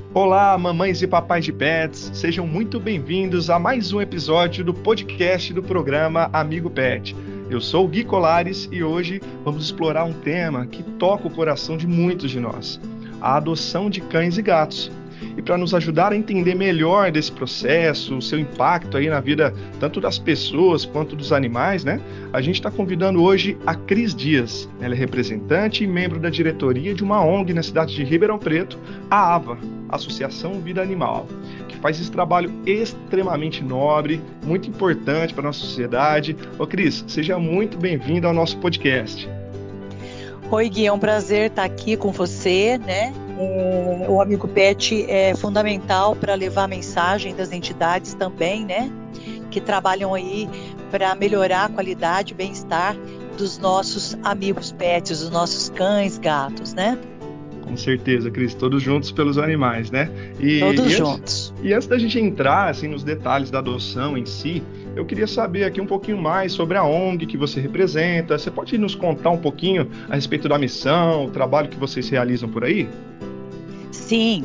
Olá, mamães e papais de pets, sejam muito bem-vindos a mais um episódio do podcast do programa Amigo Pet. Eu sou o Gui Colares e hoje vamos explorar um tema que toca o coração de muitos de nós: a adoção de cães e gatos. E para nos ajudar a entender melhor desse processo, o seu impacto aí na vida tanto das pessoas quanto dos animais, né? A gente está convidando hoje a Cris Dias. Ela é representante e membro da diretoria de uma ONG na cidade de Ribeirão Preto, a AVA, Associação Vida Animal, que faz esse trabalho extremamente nobre, muito importante para a nossa sociedade. Ô Cris, seja muito bem-vinda ao nosso podcast. Oi, Gui, é um prazer estar aqui com você, né? O Amigo Pet é fundamental para levar a mensagem das entidades também, né? Que trabalham aí para melhorar a qualidade e bem-estar dos nossos amigos pets, dos nossos cães, gatos, né? Com certeza, Cris, todos juntos pelos animais, né? E, Todos e, antes, juntos. e antes da gente entrar assim, nos detalhes da adoção em si, eu queria saber aqui um pouquinho mais sobre a ONG que você representa. Você pode nos contar um pouquinho a respeito da missão, o trabalho que vocês realizam por aí? Sim,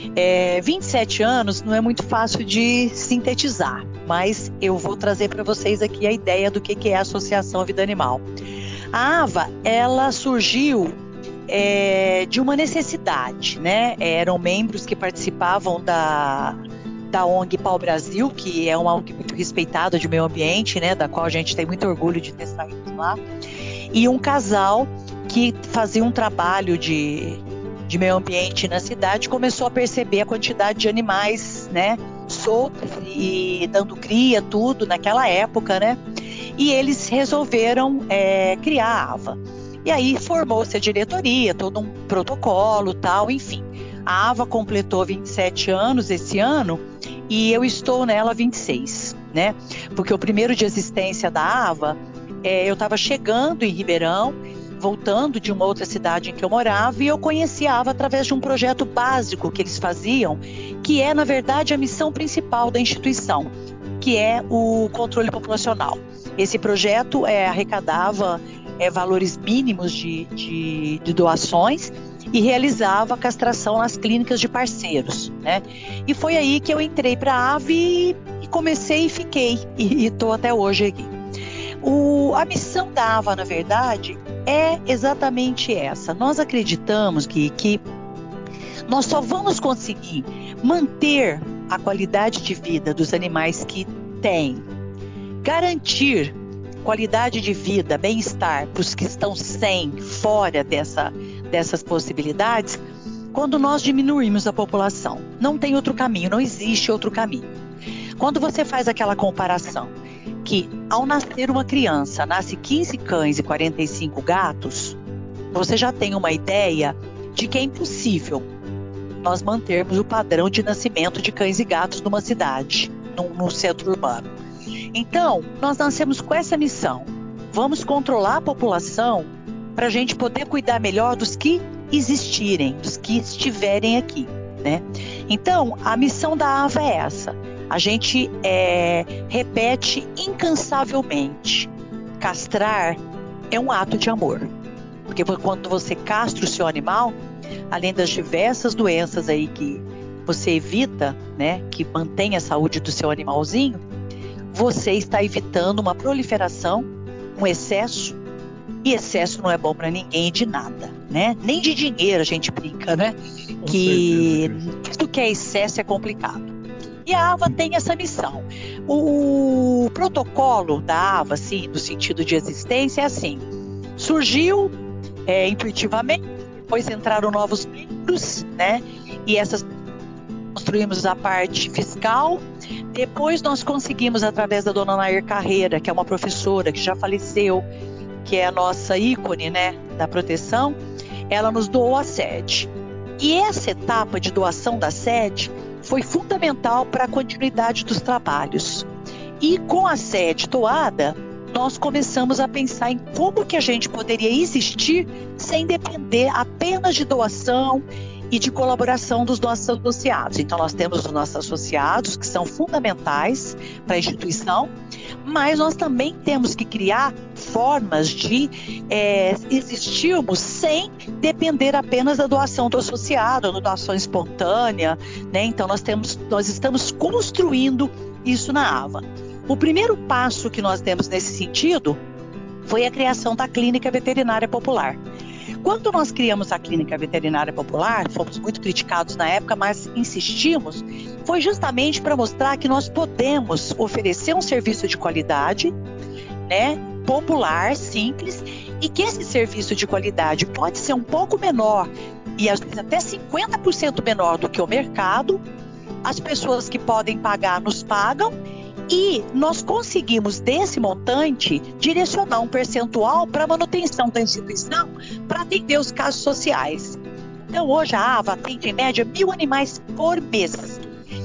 27 anos não é muito fácil de sintetizar, mas eu vou trazer para vocês aqui a ideia do que é a Associação Vida Animal. A AVA, ela surgiu de uma necessidade, né? Eram membros que participavam da ONG Pau Brasil, que é uma ONG muito respeitada de meio ambiente, né? Da qual a gente tem muito orgulho de ter saído lá. E um casal que fazia um trabalho de meio ambiente na cidade começou a perceber a quantidade de animais, né? Soltos e dando cria, tudo naquela época, né? E eles resolveram criar a AVA. E aí formou-se a diretoria, todo um protocolo, tal, enfim. A AVA completou 27 anos esse ano e eu estou nela há 26, né? Porque o primeiro de existência da AVA, eu estava chegando em Ribeirão, voltando de uma outra cidade em que eu morava, e eu conheci a AVA através de um projeto básico que eles faziam, que é, na verdade, a missão principal da instituição, que é o controle populacional. Esse projeto arrecadava valores mínimos de doações e realizava a castração nas clínicas de parceiros, né? E foi aí que eu entrei para a AVE e comecei e fiquei, e estou até hoje aqui. A missão da AVA, na verdade, é exatamente essa. Nós acreditamos que nós só vamos conseguir manter a qualidade de vida dos animais que têm, garantir qualidade de vida, bem-estar para os que estão fora dessas possibilidades, quando nós diminuímos a população. Não tem outro caminho, não existe outro caminho. Quando você faz aquela comparação que ao nascer uma criança, nasce 15 cães e 45 gatos, você já tem uma ideia de que é impossível nós mantermos o padrão de nascimento de cães e gatos numa cidade, num centro urbano. Então, nós nascemos com essa missão. Vamos controlar a população para a gente poder cuidar melhor dos que existirem, dos que estiverem aqui, né? Então, a missão da AVA é essa. A gente repete incansavelmente. Castrar é um ato de amor. Porque quando você castra o seu animal, além das diversas doenças aí que você evita, né, que mantém a saúde do seu animalzinho, você está evitando uma proliferação, um excesso, e excesso não é bom para ninguém de nada, né? Nem de dinheiro a gente brinca, né? Com certeza, Que Cris. tudo que é excesso é complicado. E a AVA tem essa missão. O protocolo da AVA, assim, no sentido de existência, é assim: surgiu intuitivamente, depois entraram novos membros, né? E essas construímos a parte fiscal. Depois nós conseguimos, através da dona Nair Carreira, que é uma professora que já faleceu, que é a nossa ícone, né, da proteção, ela nos doou a sede. E essa etapa de doação da sede foi fundamental para a continuidade dos trabalhos. E com a sede doada, nós começamos a pensar em como que a gente poderia existir sem depender apenas de doação e de colaboração dos nossos associados. Então, nós temos os nossos associados, que são fundamentais para a instituição, mas nós também temos que criar formas de existirmos sem depender apenas da doação do associado, da doação espontânea, né? Então nós estamos construindo isso na AVA. O primeiro passo que nós demos nesse sentido foi a criação da Clínica Veterinária Popular. Quando nós criamos a Clínica Veterinária Popular, fomos muito criticados na época, mas insistimos, foi justamente para mostrar que nós podemos oferecer um serviço de qualidade, né, popular, simples, e que esse serviço de qualidade pode ser um pouco menor, e às vezes até 50% menor do que o mercado. As pessoas que podem pagar nos pagam, e nós conseguimos, desse montante, direcionar um percentual para a manutenção da instituição para atender os casos sociais. Então, hoje a AVA atende em média 1.000 animais por mês.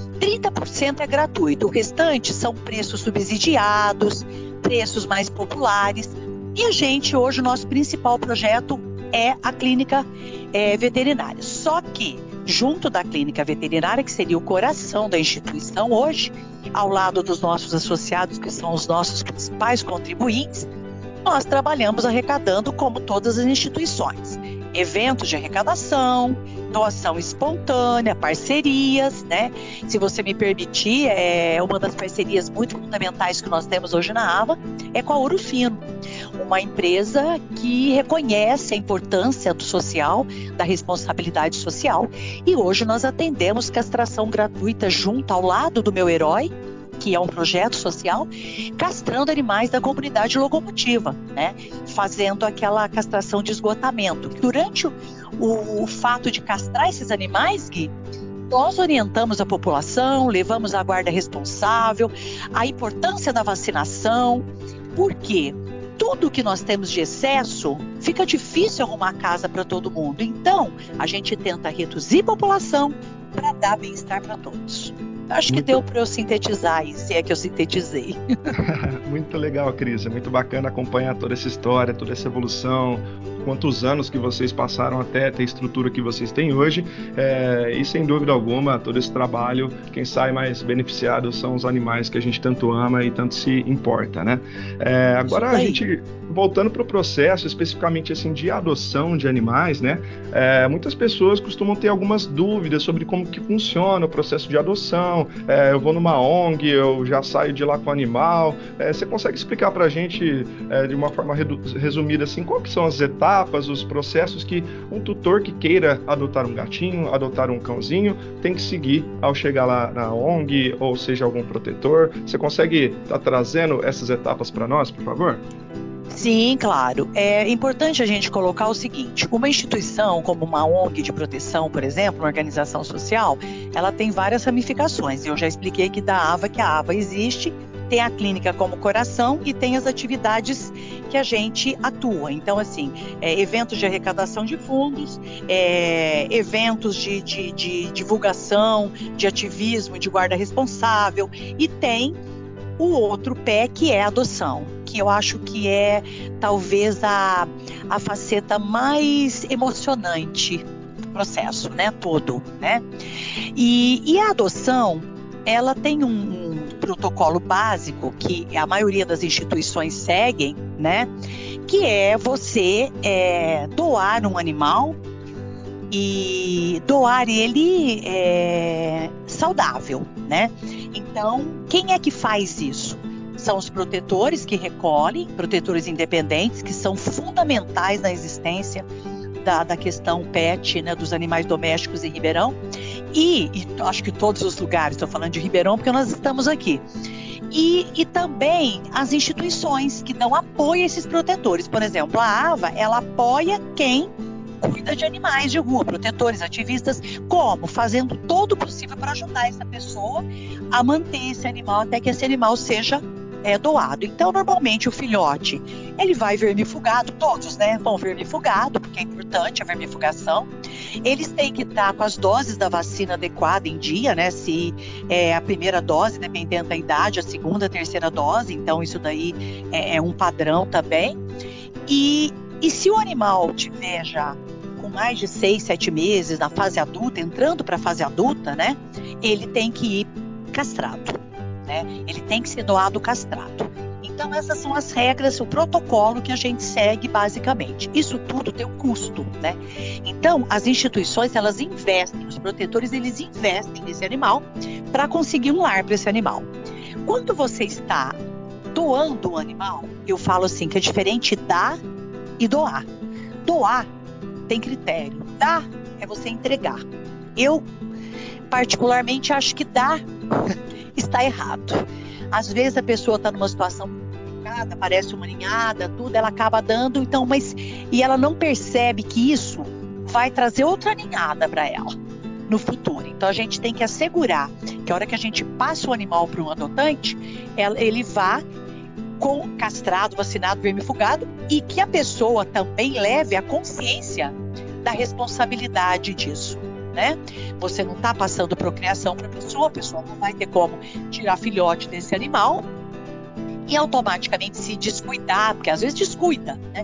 30% é gratuito, o restante são preços subsidiados, preços mais populares. E a gente, hoje, o nosso principal projeto é a clínica veterinária. Só que, junto da clínica veterinária, que seria o coração da instituição hoje, ao lado dos nossos associados, que são os nossos principais contribuintes, nós trabalhamos arrecadando como todas as instituições. Eventos de arrecadação, doação espontânea, parcerias, né? Se você me permitir, uma das parcerias muito fundamentais que nós temos hoje na AVA é com a Ouro Fino, uma empresa que reconhece a importância do social, da responsabilidade social, e hoje nós atendemos castração gratuita junto ao lado do Meu Herói, que é um projeto social, castrando animais da comunidade locomotiva, né? Fazendo aquela castração de esgotamento. Durante o fato de castrar esses animais, Gui, nós orientamos a população, levamos a guarda responsável, a importância da vacinação, porque tudo que nós temos de excesso, fica difícil arrumar casa para todo mundo. Então, a gente tenta reduzir a população para dar bem-estar para todos. Acho que deu para eu sintetizar isso, se é que eu sintetizei. Muito legal, Cris. É muito bacana acompanhar toda essa história, toda essa evolução, quantos anos que vocês passaram até ter a estrutura que vocês têm hoje. E sem dúvida alguma, todo esse trabalho, quem sai mais beneficiado são os animais que a gente tanto ama e tanto se importa, né? Agora a gente, voltando para o processo, especificamente assim, de adoção de animais, né? Muitas pessoas costumam ter algumas dúvidas sobre como que funciona o processo de adoção. Eu vou numa ONG, eu já saio de lá com o animal. Você consegue explicar para a gente, de uma forma resumida, assim, quais que são as etapas, os processos que um tutor que queira adotar um gatinho, adotar um cãozinho, tem que seguir ao chegar lá na ONG, ou seja, algum protetor? Você consegue estar trazendo essas etapas para nós, por favor? Sim, claro. É importante a gente colocar o seguinte: uma instituição como uma ONG de proteção, por exemplo, uma organização social, ela tem várias ramificações. Eu já expliquei aqui da AVA, que a AVA existe, tem a clínica como coração e tem as atividades que a gente atua. Então, assim, eventos de arrecadação de fundos, eventos de divulgação, de ativismo, de guarda responsável, e tem o outro pé, que é a adoção, que eu acho que é talvez a faceta mais emocionante do processo, né, todo, né? E a adoção, ela tem um protocolo básico que a maioria das instituições seguem, né? Que é você doar um animal e doar ele saudável, né? Então, quem é que faz isso? São os protetores que recolhem, protetores independentes, que são fundamentais na existência da questão PET, né, dos animais domésticos em Ribeirão. E acho que todos os lugares, estou falando de Ribeirão porque nós estamos aqui. E também as instituições que dão apoio a esses protetores. Por exemplo, a AVA, ela apoia quem cuida de animais de rua, protetores, ativistas. Como? Fazendo todo o possível para ajudar essa pessoa a manter esse animal até que esse animal seja doado. Então, normalmente o filhote, ele vai vermifugado, todos, né, vão vermifugado, porque é importante a vermifugação. Eles têm que estar com as doses da vacina adequada em dia, né, se a primeira dose, dependendo da idade, a segunda, a terceira dose, então isso daí é um padrão também. E se o animal tiver já com mais de 6, 7 meses na fase adulta, entrando para a fase adulta, né, ele tem que ir castrado, né? Ele tem que ser doado castrado. Então, essas são as regras, o protocolo que a gente segue basicamente. Isso tudo tem um custo, né? Então, as instituições, elas investem, os protetores, eles investem nesse animal para conseguir um lar para esse animal. Quando você está doando um animal, eu falo assim, que é diferente dar e doar. Doar tem critério, dar é você entregar. Eu, particularmente, acho que dar está errado. Às vezes a pessoa está numa situação complicada, parece uma ninhada, tudo, ela acaba dando, então, e ela não percebe que isso vai trazer outra ninhada para ela no futuro. Então a gente tem que assegurar que a hora que a gente passa o animal para um adotante, ele vá castrado, vacinado, vermifugado, e que a pessoa também leve a consciência da responsabilidade disso, né? Você não está passando procriação para a pessoa não vai ter como tirar filhote desse animal e automaticamente se descuidar, porque às vezes descuida, né?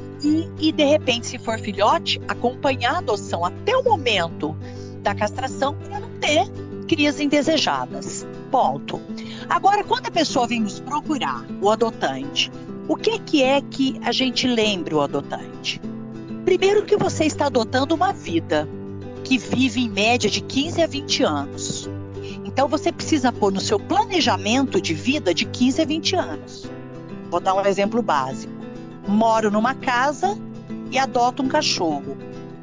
E de repente, se for filhote, acompanhar a adoção até o momento da castração para não ter crias indesejadas. Ponto. Agora, quando a pessoa vem nos procurar, o adotante, o que é que a gente lembra o adotante? Primeiro que você está adotando uma vida que vive em média de 15 a 20 anos. Então você precisa pôr no seu planejamento de vida de 15 a 20 anos. Vou dar um exemplo básico. Moro numa casa e adoto um cachorro.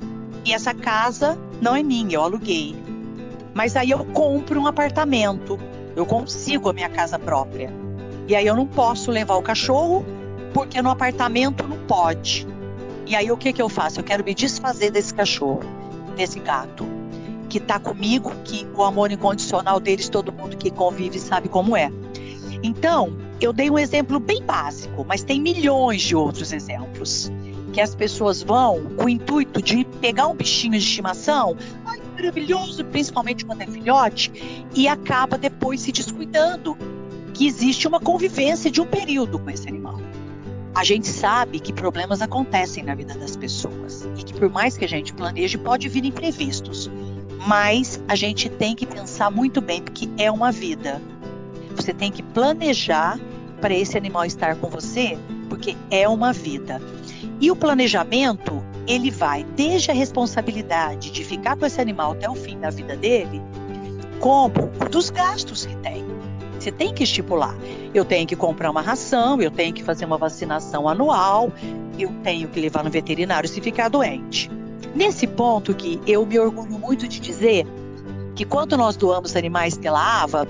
E essa casa não é minha, eu aluguei. Mas aí eu compro um apartamento. Eu consigo a minha casa própria. E aí eu não posso levar o cachorro porque no apartamento não pode. E aí o que eu faço? Eu quero me desfazer desse cachorro, desse gato, que está comigo, que o amor incondicional deles, todo mundo que convive sabe como é. Então, eu dei um exemplo bem básico, mas tem milhões de outros exemplos. Que as pessoas vão com o intuito de pegar um bichinho de estimação, maravilhoso, principalmente quando é filhote, e acaba depois se descuidando que existe uma convivência de um período com esse animal. A gente sabe que problemas acontecem na vida das pessoas e que por mais que a gente planeje, pode vir imprevistos. Mas a gente tem que pensar muito bem, porque é uma vida. Você tem que planejar para esse animal estar com você, porque é uma vida. E o planejamento, ele vai desde a responsabilidade de ficar com esse animal até o fim da vida dele, como dos gastos que tem. Você tem que estipular. Eu tenho que comprar uma ração, eu tenho que fazer uma vacinação anual, eu tenho que levar no veterinário se ficar doente. Nesse ponto, Gui, eu me orgulho muito de dizer que quando nós doamos animais pela AVA,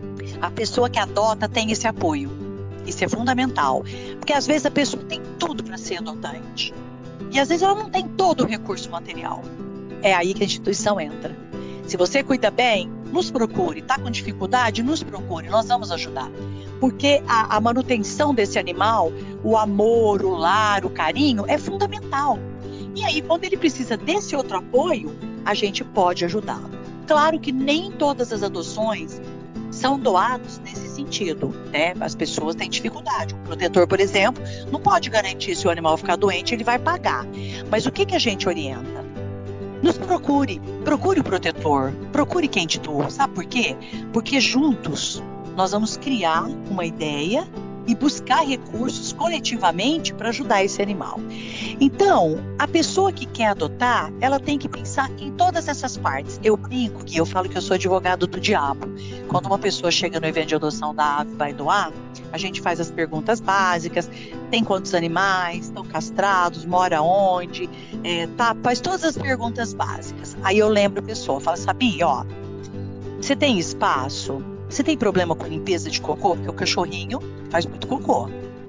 a pessoa que adota tem esse apoio. Isso é fundamental. Porque às vezes a pessoa tem tudo para ser adotante. E às vezes ela não tem todo o recurso material. É aí que a instituição entra. Se você cuida bem, nos procure. Está com dificuldade, nos procure. Nós vamos ajudar. Porque a manutenção desse animal, o amor, o lar, o carinho, é fundamental. E aí, quando ele precisa desse outro apoio, a gente pode ajudá-lo. Claro que nem todas as adoções são doados nesse sentido, né? As pessoas têm dificuldade. O protetor, por exemplo, não pode garantir se o animal ficar doente, ele vai pagar. Mas o que a gente orienta? Nos procure o protetor, procure quem te doou. Sabe por quê? Porque juntos nós vamos criar uma ideia e buscar recursos coletivamente para ajudar esse animal. Então, a pessoa que quer adotar, ela tem que pensar em todas essas partes. Eu brinco que eu falo que eu sou advogado do diabo. Quando uma pessoa chega no evento de adoção da AVE e vai doar, a gente faz as perguntas básicas, tem quantos animais, estão castrados, mora onde, faz todas as perguntas básicas. Aí eu lembro a pessoa, falo, sabia, você tem espaço? Você tem problema com limpeza de cocô? Porque o cachorrinho faz muito cocô.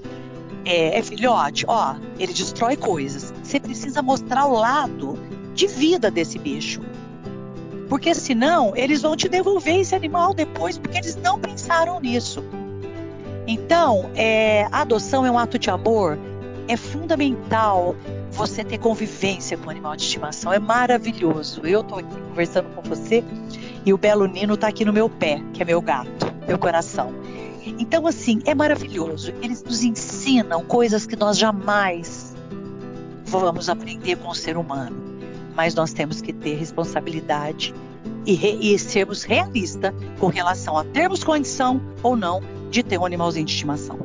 É filhote? Ele destrói coisas. Você precisa mostrar o lado de vida desse bicho. Porque senão, eles vão te devolver esse animal depois, porque eles não pensaram nisso. Então, a adoção é um ato de amor. É fundamental você ter convivência com o animal de estimação. É maravilhoso. Eu estou aqui conversando com você e o belo Nino está aqui no meu pé, que é meu gato, meu coração. Então, assim, é maravilhoso. Eles nos ensinam coisas que nós jamais vamos aprender com o ser humano. Mas nós temos que ter responsabilidade e sermos realistas com relação a termos condição ou não de ter um animalzinho de estimação.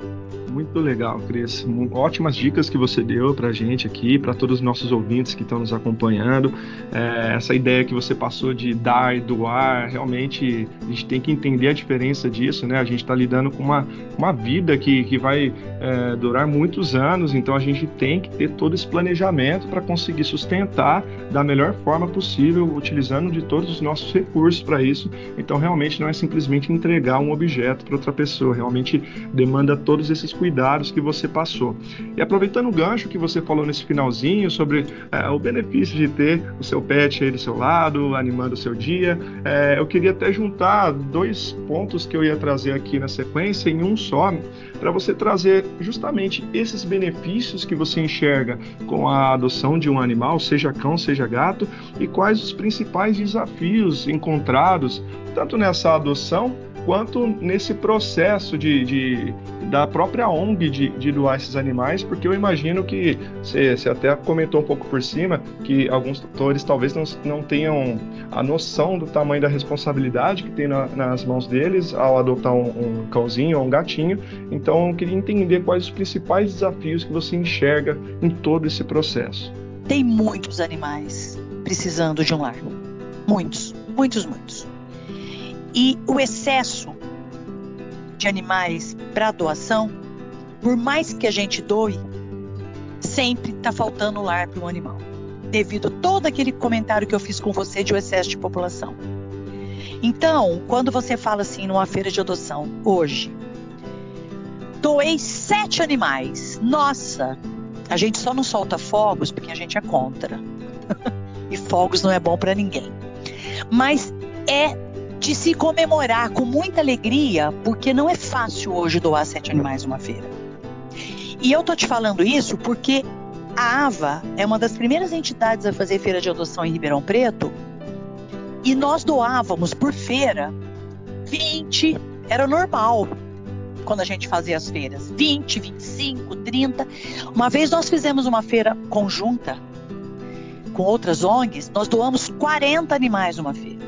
Muito legal, Cris. Ótimas dicas que você deu para a gente aqui, para todos os nossos ouvintes que estão nos acompanhando. Essa ideia que você passou de dar e doar, realmente a gente tem que entender a diferença disso, né? A gente está lidando com uma vida que vai durar muitos anos, então a gente tem que ter todo esse planejamento para conseguir sustentar da melhor forma possível, utilizando de todos os nossos recursos para isso. Então, realmente não é simplesmente entregar um objeto para outra pessoa, realmente demanda todos esses cuidados que você passou. E aproveitando o gancho que você falou nesse finalzinho sobre o benefício de ter o seu pet aí do seu lado, animando o seu dia, eu queria até juntar dois pontos que eu ia trazer aqui na sequência em um só, para você trazer justamente esses benefícios que você enxerga com a adoção de um animal, seja cão, seja gato, e quais os principais desafios encontrados, tanto nessa adoção, quanto nesse processo da própria ONG de doar esses animais, porque eu imagino que você até comentou um pouco por cima, que alguns tutores talvez não tenham a noção do tamanho da responsabilidade que tem nas mãos deles ao adotar um cãozinho ou um gatinho. Então, eu queria entender quais os principais desafios que você enxerga em todo esse processo. Tem muitos animais precisando de um lar. Muitos, muitos, muitos. E o excesso de animais para doação, por mais que a gente doe, sempre está faltando lar para um animal, devido a todo aquele comentário que eu fiz com você de o excesso de população. Então, quando você fala assim numa feira de adoção, hoje, doei 7 animais. Nossa, a gente só não solta fogos porque a gente é contra. E fogos não é bom para ninguém. Mas é de se comemorar com muita alegria, porque não é fácil hoje doar 7 animais numa feira. E eu tô te falando isso porque a AVA é uma das primeiras entidades a fazer feira de adoção em Ribeirão Preto, e nós doávamos por feira 20, era normal quando a gente fazia as feiras, 20, 25, 30. Uma vez nós fizemos uma feira conjunta com outras ONGs, nós doamos 40 animais numa feira.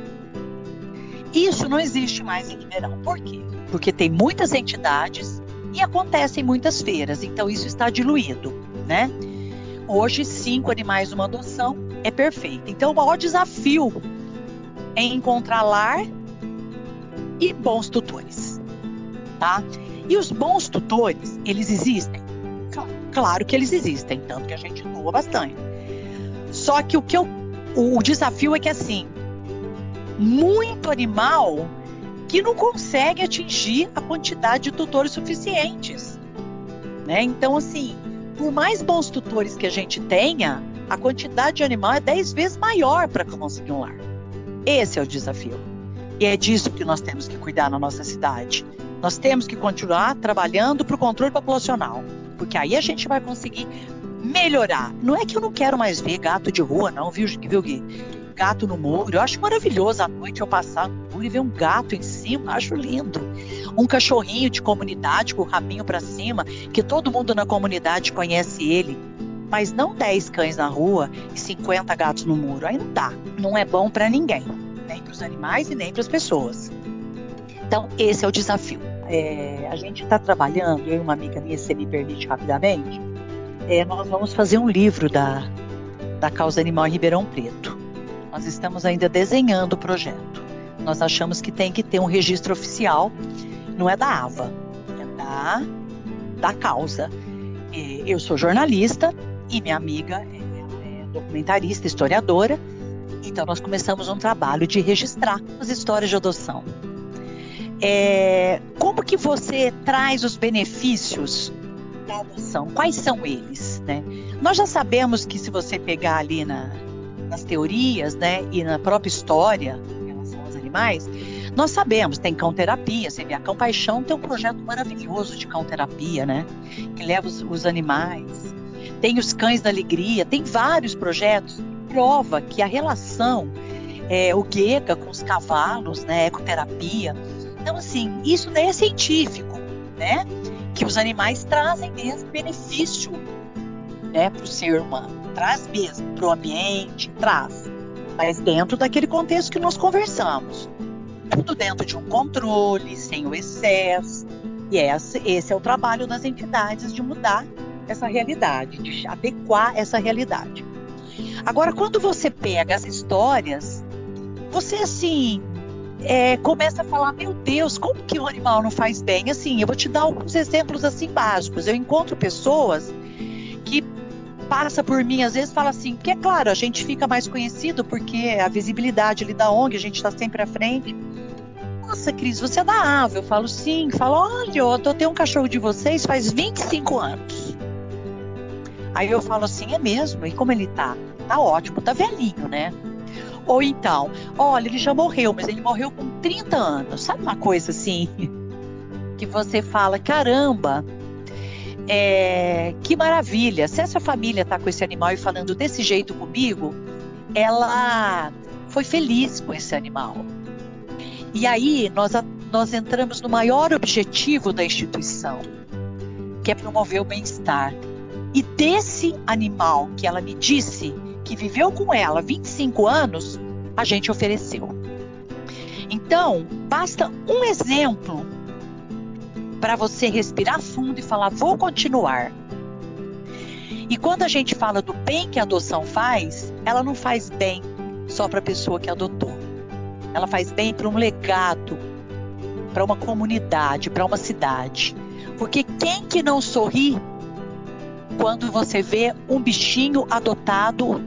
Isso não existe mais em Ribeirão. Por quê? Porque tem muitas entidades e acontecem muitas feiras, então isso está diluído, né? Hoje, 5 animais numa adoção é perfeito. Então, o maior desafio é encontrar lar e bons tutores, tá? E os bons tutores, eles existem? Claro que eles existem, tanto que a gente doa bastante. Só que o desafio é que, assim, muito animal que não consegue atingir a quantidade de tutores suficientes, né? Então, assim, por mais bons tutores que a gente tenha, a quantidade de animal é 10 vezes maior para conseguir um lar. Esse é o desafio. E é disso que nós temos que cuidar na nossa cidade. Nós temos que continuar trabalhando para o controle populacional, porque aí a gente vai conseguir melhorar. Não é que eu não quero mais ver gato de rua, não, viu, Gui? Gato no muro, eu acho maravilhoso à noite eu passar no muro e ver um gato em cima, acho lindo. Um cachorrinho de comunidade com o rabinho para cima, que todo mundo na comunidade conhece ele, mas não 10 cães na rua e 50 gatos no muro, aí não dá, não é bom para ninguém, nem para os animais e nem para as pessoas. Então esse é o desafio. A gente está trabalhando, eu e uma amiga minha, se você me permite rapidamente, nós vamos fazer um livro da causa animal em Ribeirão Preto. Nós estamos ainda desenhando o projeto. Nós achamos que tem que ter um registro oficial, não é da AVA, é da causa. Eu sou jornalista e minha amiga é documentarista, historiadora, então nós começamos um trabalho de registrar as histórias de adoção. Como que você traz os benefícios da adoção? Quais são eles, né? Nós já sabemos que se você pegar ali nas teorias, né, e na própria história em relação aos animais, nós sabemos, tem cão-terapia, você vê a Cão Paixão tem um projeto maravilhoso de cão-terapia, né, que leva os animais, tem os Cães da Alegria, tem vários projetos que prova que a relação, o Guega com os cavalos, né, ecoterapia, então assim, isso daí é científico, né, que os animais trazem mesmo benefício, né, para o ser humano. Traz mesmo para o ambiente, traz, mas dentro daquele contexto que nós conversamos, tudo dentro de um controle, sem o excesso, E esse é o trabalho das entidades, de mudar essa realidade, de adequar essa realidade. Agora, quando você pega as histórias, você assim começa a falar, meu Deus, como que o animal não faz bem? Assim, eu vou te dar alguns exemplos assim básicos. Eu encontro pessoas que passa por mim, às vezes fala assim, porque é claro, a gente fica mais conhecido porque a visibilidade ali da ONG, a gente está sempre à frente. Nossa, Cris, você é da AVE? Eu falo sim. Falo, olha, eu adotei um cachorro de vocês faz 25 anos. Aí eu falo assim, é mesmo? E como ele tá? Tá ótimo, tá velhinho, né? Ou então, olha, ele já morreu, mas ele morreu com 30 anos. Sabe uma coisa assim, que você fala, caramba, que maravilha. Se essa família tá com esse animal e falando desse jeito comigo, ela foi feliz com esse animal. E aí nós entramos no maior objetivo da instituição, que é promover o bem-estar. E desse animal que ela me disse que viveu com ela 25 anos, a gente ofereceu. Então, basta um exemplo para você respirar fundo e falar, vou continuar. E quando a gente fala do bem que a adoção faz, ela não faz bem só para a pessoa que adotou. Ela faz bem para um legado, para uma comunidade, para uma cidade. Porque quem que não sorri quando você vê um bichinho adotado,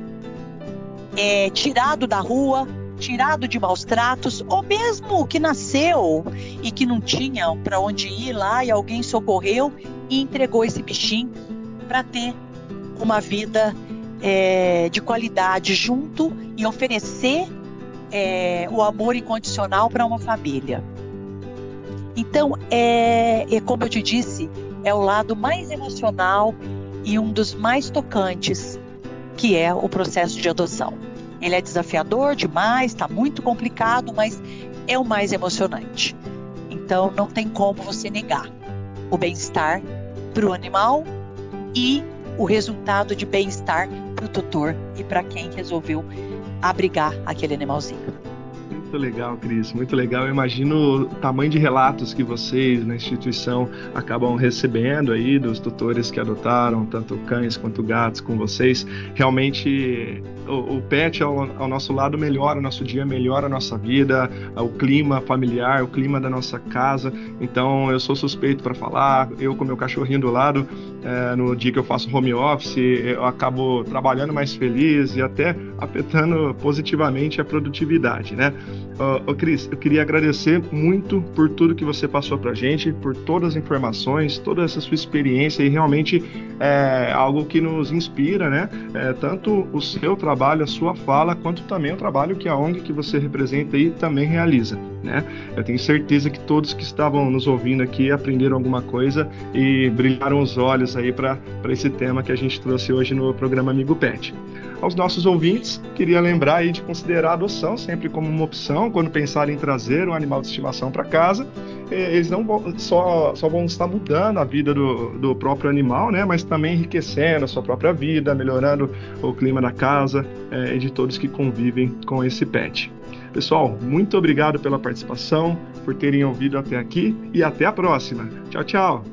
tirado da rua, tirado de maus tratos, ou mesmo que nasceu e que não tinha para onde ir lá e alguém socorreu e entregou esse bichinho para ter uma vida de qualidade junto e oferecer o amor incondicional para uma família. Então, como eu te disse, é o lado mais emocional e um dos mais tocantes, que é o processo de adoção. Ele é desafiador demais, está muito complicado, mas é o mais emocionante. Então, não tem como você negar o bem-estar para o animal e o resultado de bem-estar para o tutor e para quem resolveu abrigar aquele animalzinho. Muito legal, Cris, muito legal. Eu imagino o tamanho de relatos que vocês na instituição acabam recebendo aí dos tutores que adotaram tanto cães quanto gatos com vocês. Realmente o pet ao nosso lado melhora o nosso dia, melhora a nossa vida, o clima familiar, o clima da nossa casa. Então eu sou suspeito para falar, eu com meu cachorrinho do lado, no dia que eu faço home office, eu acabo trabalhando mais feliz e até afetando positivamente a produtividade, né? Cris, eu queria agradecer muito por tudo que você passou para a gente, por todas as informações, toda essa sua experiência e realmente é algo que nos inspira, né? Tanto o seu trabalho, a sua fala, quanto também o trabalho que a ONG que você representa aí também realiza, né? Eu tenho certeza que todos que estavam nos ouvindo aqui aprenderam alguma coisa e brilharam os olhos aí para esse tema que a gente trouxe hoje no programa Amigo Pet. Aos nossos ouvintes, queria lembrar aí de considerar a adoção sempre como uma opção quando pensarem em trazer um animal de estimação para casa. Eles não vão, só vão estar mudando a vida do próprio animal, né? Mas também enriquecendo a sua própria vida, melhorando o clima da casa e de todos que convivem com esse pet. Pessoal, muito obrigado pela participação, por terem ouvido até aqui e até a próxima. Tchau, tchau!